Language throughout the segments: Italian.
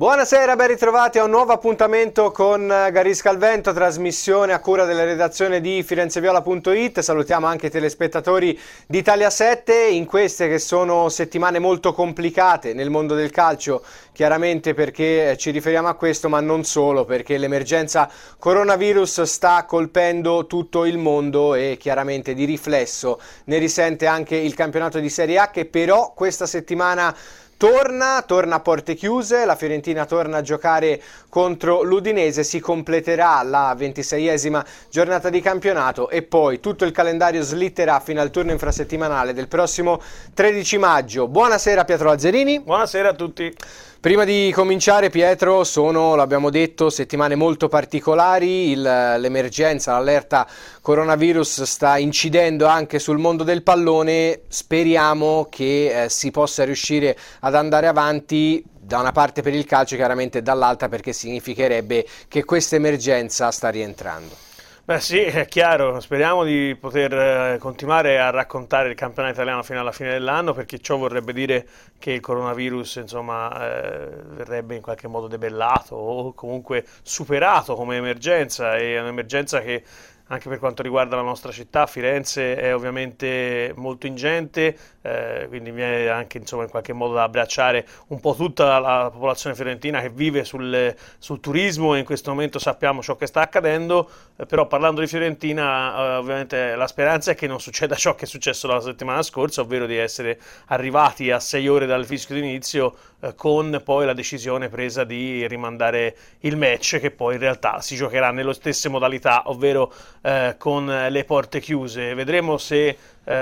Buonasera, ben ritrovati a un nuovo appuntamento con Garisca al Vento, trasmissione a cura della redazione di firenzeviola.it. Salutiamo anche i telespettatori di Italia 7 in queste che sono settimane molto complicate nel mondo del calcio, chiaramente perché ci riferiamo a questo, ma non solo, perché l'emergenza coronavirus sta colpendo tutto il mondo e chiaramente di riflesso ne risente anche il campionato di Serie A, che però questa settimana torna a porte chiuse. La Fiorentina torna a giocare contro l'Udinese, si completerà la 26esima giornata di campionato e poi tutto il calendario slitterà fino al turno infrasettimanale del prossimo 13 maggio. Buonasera Pietro Lazzarini. Buonasera a tutti. Prima di cominciare, Pietro, l'abbiamo detto, settimane molto particolari, l'emergenza, l'allerta coronavirus sta incidendo anche sul mondo del pallone. Speriamo che si possa riuscire ad andare avanti, da una parte per il calcio, chiaramente dall'altra perché significherebbe che questa emergenza sta rientrando. Beh sì, è chiaro, speriamo di poter continuare a raccontare il campionato italiano fino alla fine dell'anno, perché ciò vorrebbe dire che il coronavirus verrebbe in qualche modo debellato o comunque superato come emergenza. È un'emergenza che anche per quanto riguarda la nostra città, Firenze, è ovviamente molto ingente, quindi viene anche in qualche modo da abbracciare un po' tutta la popolazione fiorentina che vive sul turismo, e in questo momento sappiamo ciò che sta accadendo, però parlando di Fiorentina ovviamente la speranza è che non succeda ciò che è successo la settimana scorsa, ovvero di essere arrivati a 6 ore dal fischio d'inizio con poi la decisione presa di rimandare il match, che poi in realtà si giocherà nelle stesse modalità, ovvero con le porte chiuse. Vedremo se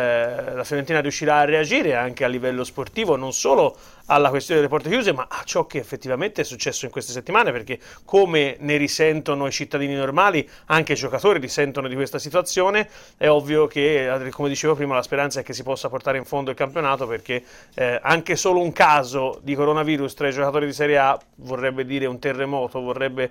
la Fiorentina riuscirà a reagire anche a livello sportivo, non solo alla questione delle porte chiuse, ma a ciò che effettivamente è successo in queste settimane, perché come ne risentono i cittadini normali, anche i giocatori risentono di questa situazione. È ovvio che, come dicevo prima, la speranza è che si possa portare in fondo il campionato, perché anche solo un caso di coronavirus tra i giocatori di Serie A vorrebbe dire un terremoto, vorrebbe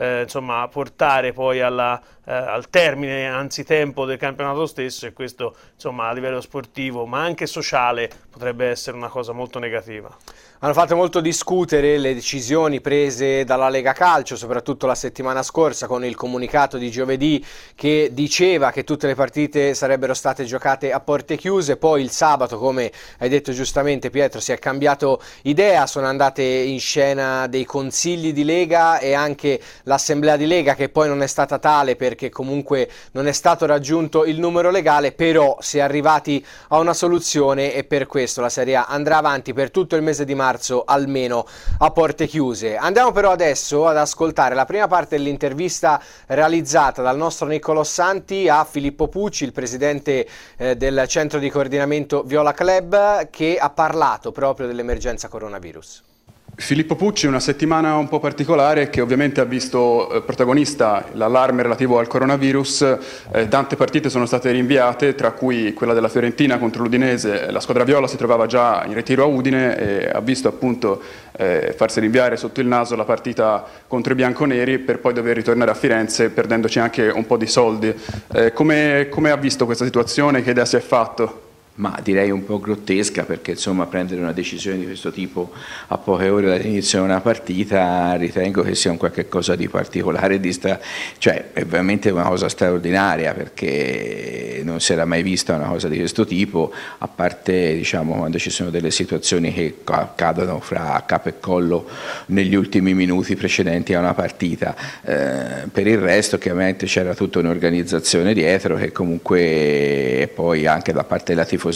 portare poi al termine anzitempo del campionato stesso, e questo a livello sportivo ma anche sociale potrebbe essere una cosa molto negativa. Hanno fatto molto discutere le decisioni prese dalla Lega Calcio, soprattutto la settimana scorsa, con il comunicato di giovedì che diceva che tutte le partite sarebbero state giocate a porte chiuse. Poi il sabato, come hai detto giustamente Pietro, si è cambiato idea, sono andate in scena dei consigli di Lega e anche l'assemblea di Lega, che poi non è stata tale perché comunque non è stato raggiunto il numero legale, però si è arrivati a una soluzione e per questo la Serie A andrà avanti per tutto il mese di marzo almeno a porte chiuse. Andiamo però adesso ad ascoltare la prima parte dell'intervista realizzata dal nostro Niccolò Santi a Filippo Pucci, il presidente del centro di coordinamento Viola Club, che ha parlato proprio dell'emergenza coronavirus. Filippo Pucci, una settimana un po' particolare che ovviamente ha visto protagonista l'allarme relativo al coronavirus. Tante partite sono state rinviate, tra cui quella della Fiorentina contro l'Udinese. La squadra viola si trovava già in ritiro a Udine e ha visto appunto farsi rinviare sotto il naso la partita contro i bianconeri, per poi dover ritornare a Firenze perdendoci anche un po' di soldi. Come ha visto questa situazione? Che idea si è fatto? Ma direi un po' grottesca, perché prendere una decisione di questo tipo a poche ore dall'inizio di una partita ritengo che sia un qualche cosa di particolare, cioè è veramente una cosa straordinaria, perché non si era mai vista una cosa di questo tipo, a parte quando ci sono delle situazioni che cadono fra capo e collo negli ultimi minuti precedenti a una partita. Per il resto chiaramente c'era tutta un'organizzazione dietro che comunque poi anche da parte della tifoseria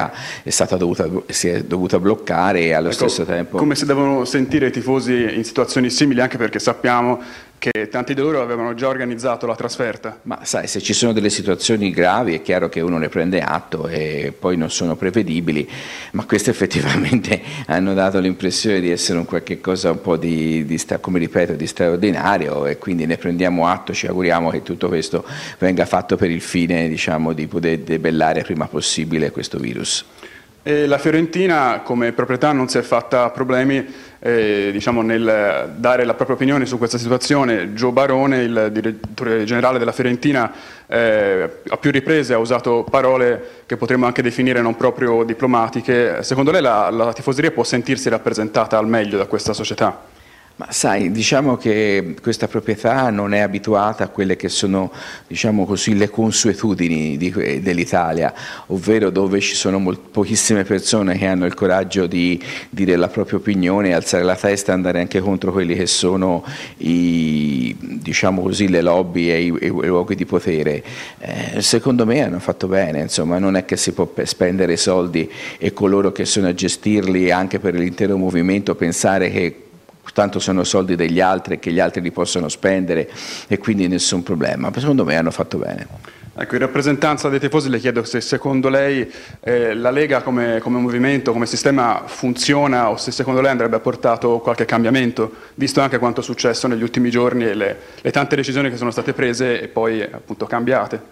si è dovuta bloccare, e allo stesso tempo... Come si devono sentire i tifosi in situazioni simili, anche perché sappiamo che tanti di loro avevano già organizzato la trasferta? Ma sai, se ci sono delle situazioni gravi è chiaro che uno ne prende atto e poi non sono prevedibili, ma queste effettivamente hanno dato l'impressione di essere un qualche cosa un po' come ripeto, di straordinario, e quindi ne prendiamo atto. Ci auguriamo che tutto questo venga fatto per il fine di poter debellare prima possibile questo virus. E la Fiorentina come proprietà non si è fatta problemi nel dare la propria opinione su questa situazione. Gio Barone, il direttore generale della Fiorentina, a più riprese ha usato parole che potremmo anche definire non proprio diplomatiche. Secondo lei la tifoseria può sentirsi rappresentata al meglio da questa società? Ma sai, diciamo che questa proprietà non è abituata a quelle che sono, diciamo così, le consuetudini dell'Italia, ovvero dove ci sono pochissime persone che hanno il coraggio di dire la propria opinione, alzare la testa e andare anche contro quelli che sono diciamo così, le lobby e i luoghi di potere. Secondo me hanno fatto bene, insomma, non è che si può spendere soldi e coloro che sono a gestirli anche per l'intero movimento pensare che tanto sono soldi degli altri e che gli altri li possono spendere e quindi nessun problema. Secondo me hanno fatto bene. Ecco, in rappresentanza dei tifosi le chiedo se secondo lei la Lega come movimento, come sistema funziona, o se secondo lei andrebbe apportato qualche cambiamento, visto anche quanto è successo negli ultimi giorni e le tante decisioni che sono state prese e poi appunto cambiate.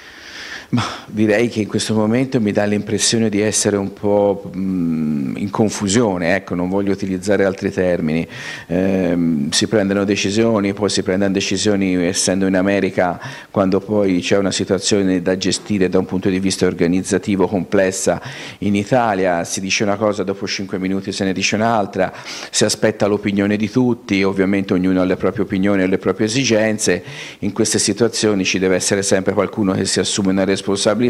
Ma direi che in questo momento mi dà l'impressione di essere un po' in confusione, ecco, non voglio utilizzare altri termini. Si prendono decisioni, poi si prendono decisioni essendo in America, quando poi c'è una situazione da gestire da un punto di vista organizzativo complessa. In Italia si dice una cosa, dopo 5 minuti se ne dice un'altra, si aspetta l'opinione di tutti, ovviamente ognuno ha le proprie opinioni e le proprie esigenze. In queste situazioni ci deve essere sempre qualcuno che si assume una responsabilità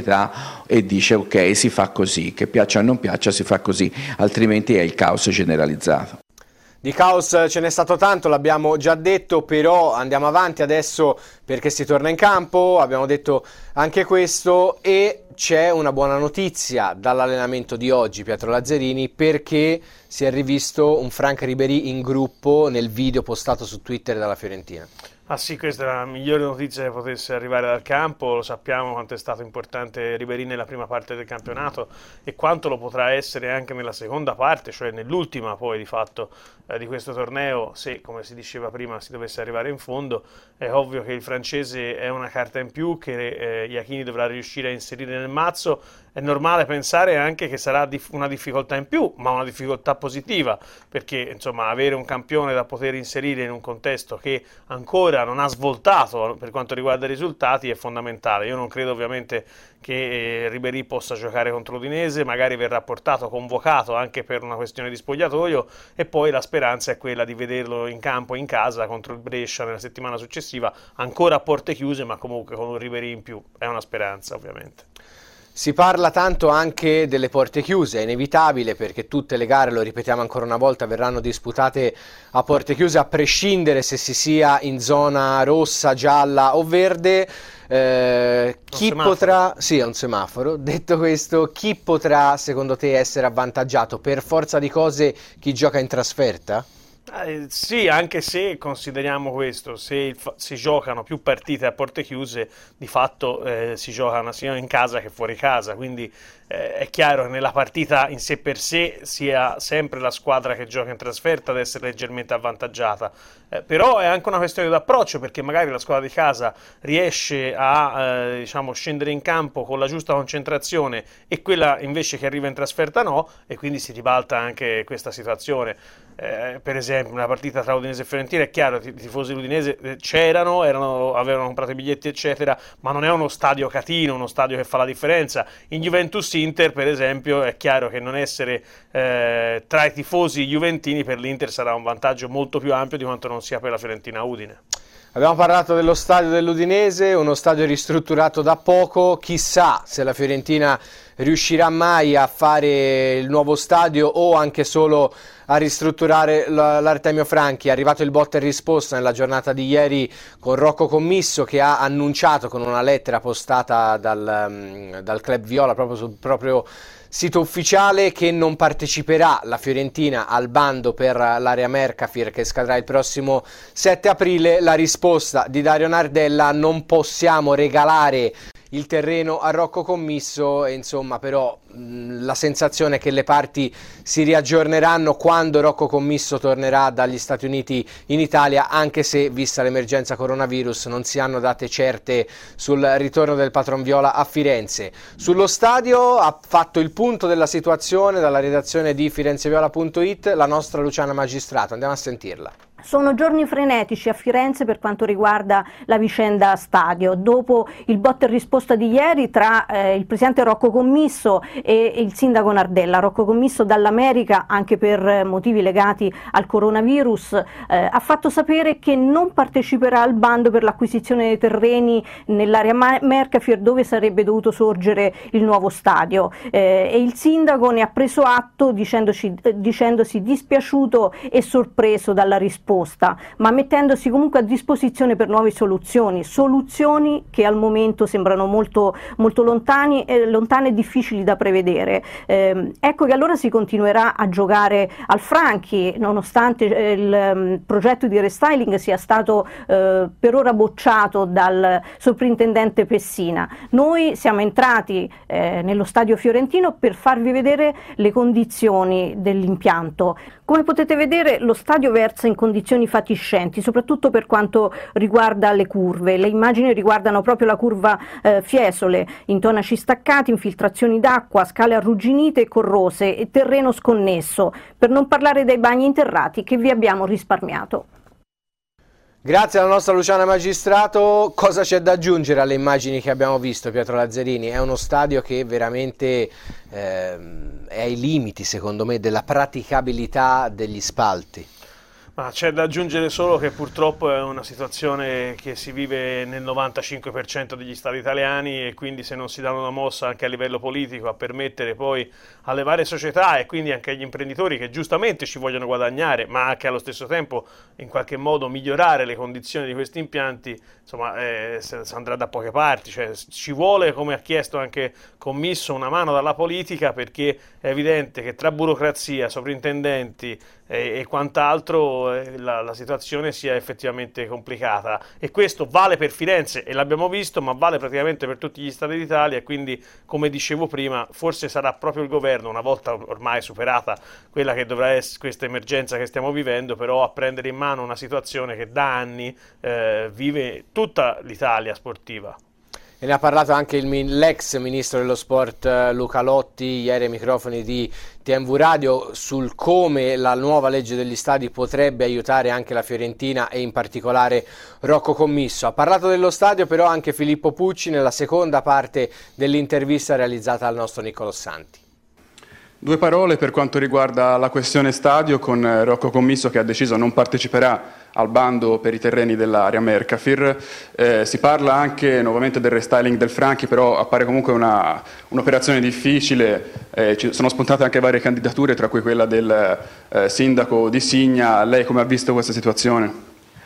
e dice ok, si fa così, che piaccia o non piaccia si fa così, altrimenti è il caos generalizzato. Di caos ce n'è stato tanto, l'abbiamo già detto, però andiamo avanti adesso perché si torna in campo, abbiamo detto anche questo, e c'è una buona notizia dall'allenamento di oggi, Pietro Lazzarini, perché si è rivisto un Franck Ribéry in gruppo nel video postato su Twitter dalla Fiorentina. Ah sì, questa è la migliore notizia che potesse arrivare dal campo. Lo sappiamo quanto è stato importante Ribéry nella prima parte del campionato e quanto lo potrà essere anche nella seconda parte, cioè nell'ultima poi di fatto di questo torneo, se come si diceva prima si dovesse arrivare in fondo. È ovvio che il francese è una carta in più che Iachini dovrà riuscire a inserire nel mazzo. È normale pensare anche che sarà una difficoltà in più, ma una difficoltà positiva, perché insomma avere un campione da poter inserire in un contesto che ancora non ha svoltato per quanto riguarda i risultati è fondamentale. Io non credo ovviamente che Ribéry possa giocare contro l'Udinese, magari verrà portato, convocato anche per una questione di spogliatoio, e poi la speranza è quella di vederlo in campo in casa contro il Brescia nella settimana successiva, ancora a porte chiuse, ma comunque con un Ribéry in più. È una speranza ovviamente. Si parla tanto anche delle porte chiuse, è inevitabile perché tutte le gare, lo ripetiamo ancora una volta, verranno disputate a porte chiuse a prescindere se si sia in zona rossa, gialla o verde. Chi potrà, sì, è un semaforo. Detto questo, chi potrà secondo te essere avvantaggiato? Per forza di cose chi gioca in trasferta? Sì, anche se consideriamo questo, se si giocano più partite a porte chiuse, di fatto si giocano sia in casa che fuori casa, quindi è chiaro che nella partita in sé per sé sia sempre la squadra che gioca in trasferta ad essere leggermente avvantaggiata, però è anche una questione d'approccio, perché magari la squadra di casa riesce a diciamo, scendere in campo con la giusta concentrazione e quella invece che arriva in trasferta no, e quindi si ribalta anche questa situazione. Per esempio una partita tra Udinese e Fiorentina, è chiaro, i tifosi dell'Udinese c'erano, avevano comprato i biglietti eccetera, ma non è uno stadio catino, uno stadio che fa la differenza. In Juventus Inter per esempio è chiaro che non essere tra i tifosi juventini per l'Inter sarà un vantaggio molto più ampio di quanto non sia per la Fiorentina Udine. Abbiamo parlato dello stadio dell'Udinese, uno stadio ristrutturato da poco, chissà se la Fiorentina riuscirà mai a fare il nuovo stadio o anche solo a ristrutturare l'Artemio Franchi. È arrivato il botta e risposta nella giornata di ieri con Rocco Commisso, che ha annunciato con una lettera postata dal Club Viola proprio sul proprio sito ufficiale che non parteciperà la Fiorentina al bando per l'area Mercafir che scadrà il prossimo 7 aprile. La risposta di Dario Nardella: non possiamo regalare il terreno a Rocco Commisso, e insomma però la sensazione è che le parti si riaggiorneranno quando Rocco Commisso tornerà dagli Stati Uniti in Italia, anche se vista l'emergenza coronavirus non si hanno date certe sul ritorno del patron viola a Firenze. Sullo stadio ha fatto il punto della situazione dalla redazione di firenzeviola.it la nostra Luciana Magistrato, andiamo a sentirla. Sono giorni frenetici a Firenze per quanto riguarda la vicenda stadio. Dopo il botta e risposta di ieri tra il presidente Rocco Commisso e il sindaco Nardella, Rocco Commisso dall'America, anche per motivi legati al coronavirus, ha fatto sapere che non parteciperà al bando per l'acquisizione dei terreni nell'area Mercafir dove sarebbe dovuto sorgere il nuovo stadio, e il sindaco ne ha preso atto dicendosi dispiaciuto e sorpreso dalla risposta, ma mettendosi comunque a disposizione per nuove soluzioni che al momento sembrano molto lontane e difficili da prevedere. Ecco che allora si continuerà a giocare al Franchi, nonostante il progetto di restyling sia stato per ora bocciato dal sovrintendente Pessina. Noi siamo entrati nello stadio fiorentino per farvi vedere le condizioni dell'impianto. Come potete vedere, lo stadio versa in condizioni fatiscenti, soprattutto per quanto riguarda le curve. Le immagini riguardano proprio la curva Fiesole, intonaci staccati, infiltrazioni d'acqua, scale arrugginite e corrose e terreno sconnesso, per non parlare dei bagni interrati che vi abbiamo risparmiato. Grazie alla nostra Luciana Magistrato. Cosa c'è da aggiungere alle immagini che abbiamo visto, Pietro Lazzarini? È uno stadio che veramente è ai limiti, secondo me, della praticabilità degli spalti. Ma c'è da aggiungere solo che purtroppo è una situazione che si vive nel 95% degli stati italiani, e quindi se non si dà una mossa anche a livello politico a permettere poi alle varie società e quindi anche agli imprenditori che giustamente ci vogliono guadagnare, ma anche allo stesso tempo in qualche modo migliorare le condizioni di questi impianti, insomma si andrà da poche parti. Cioè, ci vuole, come ha chiesto anche Commisso, una mano dalla politica, perché è evidente che tra burocrazia, sovrintendenti e quant'altro la situazione sia effettivamente complicata, e questo vale per Firenze e l'abbiamo visto, ma vale praticamente per tutti gli stati d'Italia. E quindi, come dicevo prima, forse sarà proprio il governo, una volta ormai superata quella che dovrà essere questa emergenza che stiamo vivendo, però a prendere in mano una situazione che da anni vive tutta l'Italia sportiva. E ne ha parlato anche l'ex ministro dello sport Luca Lotti ieri ai microfoni di TMV Radio sul come la nuova legge degli stadi potrebbe aiutare anche la Fiorentina e in particolare Rocco Commisso. Ha parlato dello stadio però anche Filippo Pucci nella seconda parte dell'intervista realizzata al nostro Niccolò Santi. Due parole per quanto riguarda la questione stadio, con Rocco Commisso che ha deciso non parteciperà al bando per i terreni dell'area Mercafir. Si parla anche nuovamente del restyling del Franchi, però appare comunque un'operazione difficile. Sono spuntate anche varie candidature, tra cui quella del sindaco di Signa. Lei come ha visto questa situazione?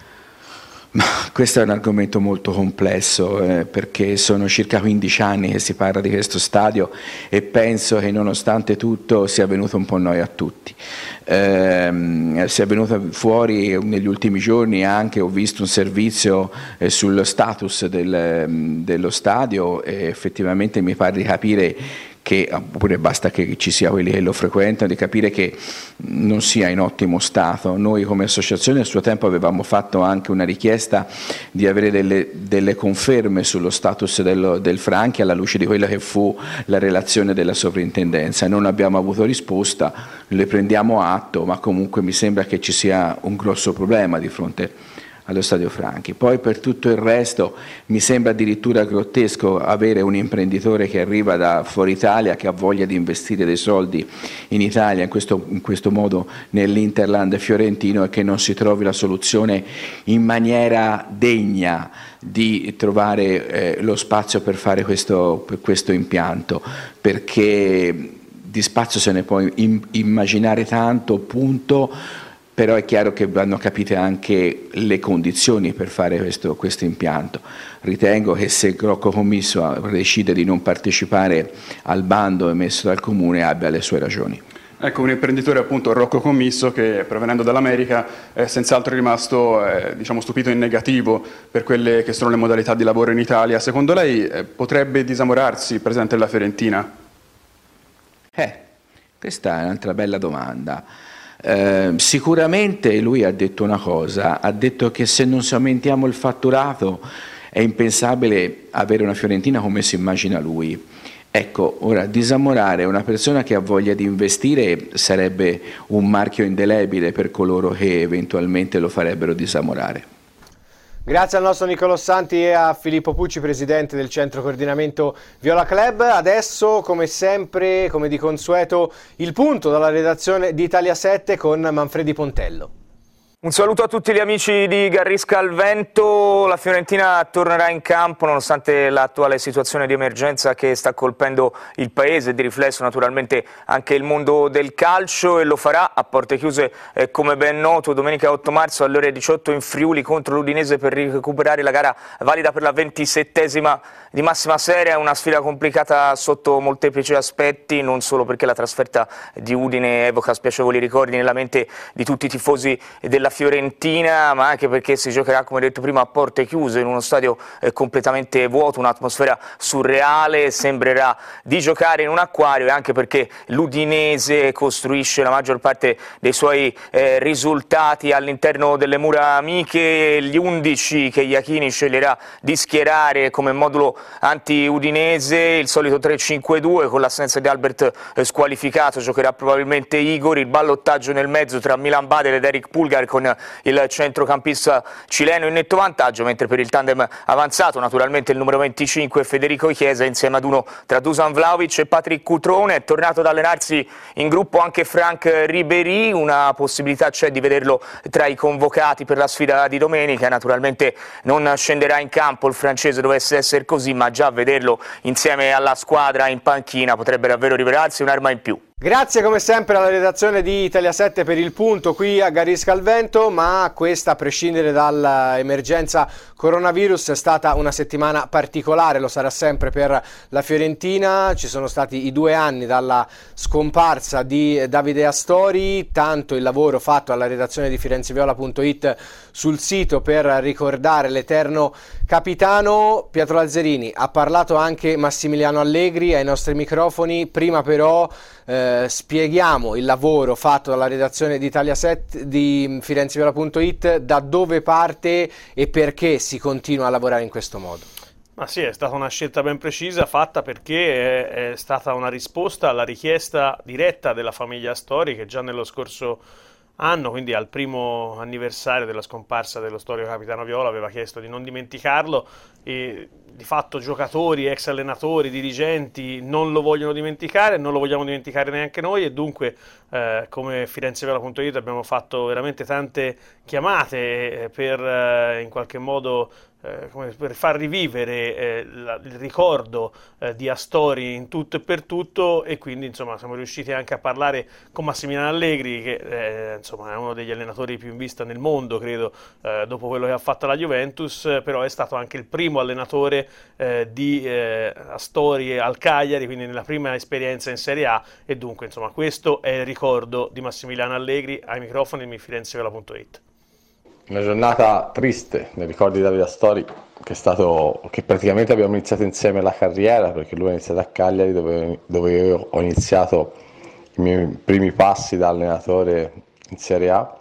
Ma questo è un argomento molto complesso, perché sono circa 15 anni che si parla di questo stadio e penso che nonostante tutto sia venuto un po' noia a tutti. Sia venuta fuori negli ultimi giorni anche, ho visto un servizio sullo status dello stadio e effettivamente mi pare di capire che, oppure basta che ci sia quelli che lo frequentano, di capire che non sia in ottimo stato. Noi come associazione a suo tempo avevamo fatto anche una richiesta di avere delle conferme sullo status del Franchi alla luce di quella che fu la relazione della sovrintendenza. Non abbiamo avuto risposta, le prendiamo atto, ma comunque mi sembra che ci sia un grosso problema di fronte allo Stadio Franchi. Poi per tutto il resto mi sembra addirittura grottesco avere un imprenditore che arriva da fuori Italia, che ha voglia di investire dei soldi in Italia, in questo modo nell'Interland fiorentino, e che non si trovi la soluzione in maniera degna di trovare lo spazio per fare questo impianto, perché di spazio se ne può immaginare tanto, punto. Però è chiaro che vanno capite anche le condizioni per fare questo impianto. Ritengo che se Rocco Commisso decide di non partecipare al bando emesso dal Comune abbia le sue ragioni. Ecco, un imprenditore appunto Rocco Commisso che, provenendo dall'America, è senz'altro rimasto stupito in negativo per quelle che sono le modalità di lavoro in Italia. Secondo lei potrebbe disamorarsi il presidente della Fiorentina? Questa è un'altra bella domanda. Sicuramente lui ha detto una cosa, ha detto che se non aumentiamo il fatturato è impensabile avere una Fiorentina come si immagina lui. Ecco, ora disamorare una persona che ha voglia di investire sarebbe un marchio indelebile per coloro che eventualmente lo farebbero disamorare. Grazie al nostro Nicolò Santi e a Filippo Pucci, presidente del Centro Coordinamento Viola Club. Adesso, come sempre, come di consueto, il punto dalla redazione di Italia 7 con Manfredi Pontello. Un saluto a tutti gli amici di Garrisca al Vento. La Fiorentina tornerà in campo nonostante l'attuale situazione di emergenza che sta colpendo il paese e di riflesso naturalmente anche il mondo del calcio, e lo farà a porte chiuse come ben noto domenica 8 marzo alle ore 18 in Friuli contro l'Udinese per recuperare la gara valida per la 27esima di massima serie. È una sfida complicata sotto molteplici aspetti, non solo perché la trasferta di Udine evoca spiacevoli ricordi nella mente di tutti i tifosi della Fiorentina, ma anche perché si giocherà, come detto prima, a porte chiuse in uno stadio completamente vuoto, un'atmosfera surreale, sembrerà di giocare in un acquario, e anche perché l'Udinese costruisce la maggior parte dei suoi risultati all'interno delle mura amiche. Gli 11 che Iachini sceglierà di schierare come modulo anti-udinese, il solito 3-5-2 con l'assenza di Albert squalificato, giocherà probabilmente Igor, il ballottaggio nel mezzo tra Milan Badel ed Eric Pulgar con il centrocampista cileno in netto vantaggio, mentre per il tandem avanzato naturalmente il numero 25 Federico Chiesa insieme ad uno tra Dusan Vlahovic e Patrick Cutrone. È tornato ad allenarsi in gruppo anche Franck Ribéry, una possibilità c'è di vederlo tra i convocati per la sfida di domenica. Naturalmente non scenderà in campo il francese dovesse essere così, ma già vederlo insieme alla squadra in panchina potrebbe davvero rivelarsi un'arma in più. Grazie come sempre alla redazione di Italia 7 per il punto qui a Garrisca al Vento, ma questa, a prescindere dall'emergenza coronavirus, è stata una settimana particolare, lo sarà sempre per la Fiorentina. Ci sono stati i 2 anni dalla scomparsa di Davide Astori, tanto il lavoro fatto alla redazione di firenzeviola.it sul sito per ricordare l'eterno capitano. Pietro Lazzarini, ha parlato anche Massimiliano Allegri ai nostri microfoni. Prima però spieghiamo il lavoro fatto dalla redazione di Italia 7 di firenzeviola.it, da dove parte e perché si continua a lavorare in questo modo. Ma sì, è stata una scelta ben precisa, fatta perché è stata una risposta alla richiesta diretta della famiglia Astori, che già nello scorso anno, quindi al primo anniversario della scomparsa dello storico capitano Viola, aveva chiesto di non dimenticarlo, e di fatto giocatori, ex allenatori, dirigenti non lo vogliono dimenticare, non lo vogliamo dimenticare neanche noi, e dunque come firenzeviola.it abbiamo fatto veramente tante chiamate per in qualche modo per far rivivere il ricordo di Astori in tutto e per tutto, e quindi insomma siamo riusciti anche a parlare con Massimiliano Allegri, che insomma è uno degli allenatori più in vista nel mondo, credo, dopo quello che ha fatto la Juventus, però è stato anche il primo allenatore di Astori al Cagliari, quindi nella prima esperienza in Serie A, e dunque insomma questo è il ricordo di Massimiliano Allegri ai microfoni di firenzeviola.it. Una giornata triste nei ricordi di Davide Astori, che praticamente abbiamo iniziato insieme la carriera, perché lui ha iniziato a Cagliari dove io ho iniziato i miei primi passi da allenatore in Serie A.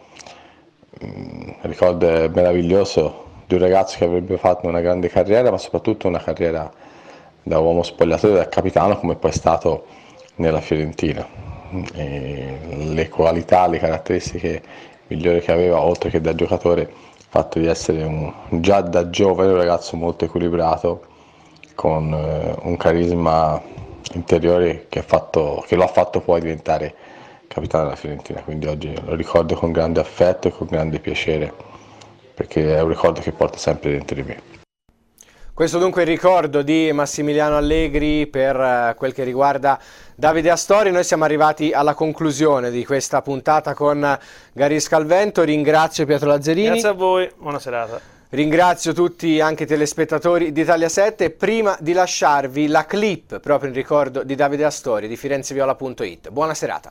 Il ricordo è meraviglioso di un ragazzo che avrebbe fatto una grande carriera, ma soprattutto una carriera da uomo spogliatoio, da capitano, come poi è stato nella Fiorentina. E le qualità, le caratteristiche migliore che aveva, oltre che da giocatore, il fatto di essere già da giovane un ragazzo molto equilibrato, con un carisma interiore che lo ha fatto poi diventare capitano della Fiorentina. Quindi oggi lo ricordo con grande affetto e con grande piacere, perché è un ricordo che porto sempre dentro di me. Questo dunque è il ricordo di Massimiliano Allegri per quel che riguarda Davide Astori. Noi siamo arrivati alla conclusione di questa puntata con Garrisca al Vento. Ringrazio Pietro Lazzarini. Grazie a voi, buona serata. Ringrazio tutti anche i telespettatori di Italia 7. Prima di lasciarvi la clip proprio in ricordo di Davide Astori di firenzeviola.it. Buona serata.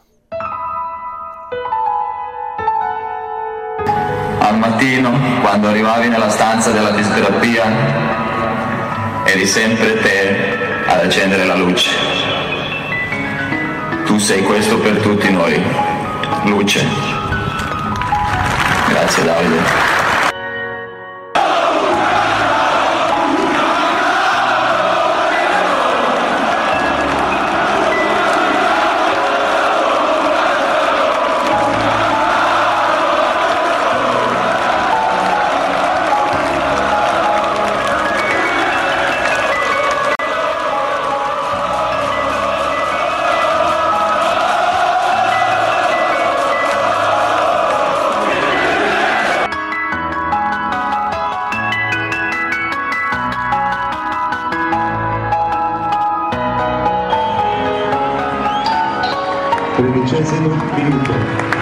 Al mattino, quando arrivavi nella stanza della disterapia, eri sempre te ad accendere la luce. Tu sei questo per tutti noi, luce. Grazie Davide. 13° minuto.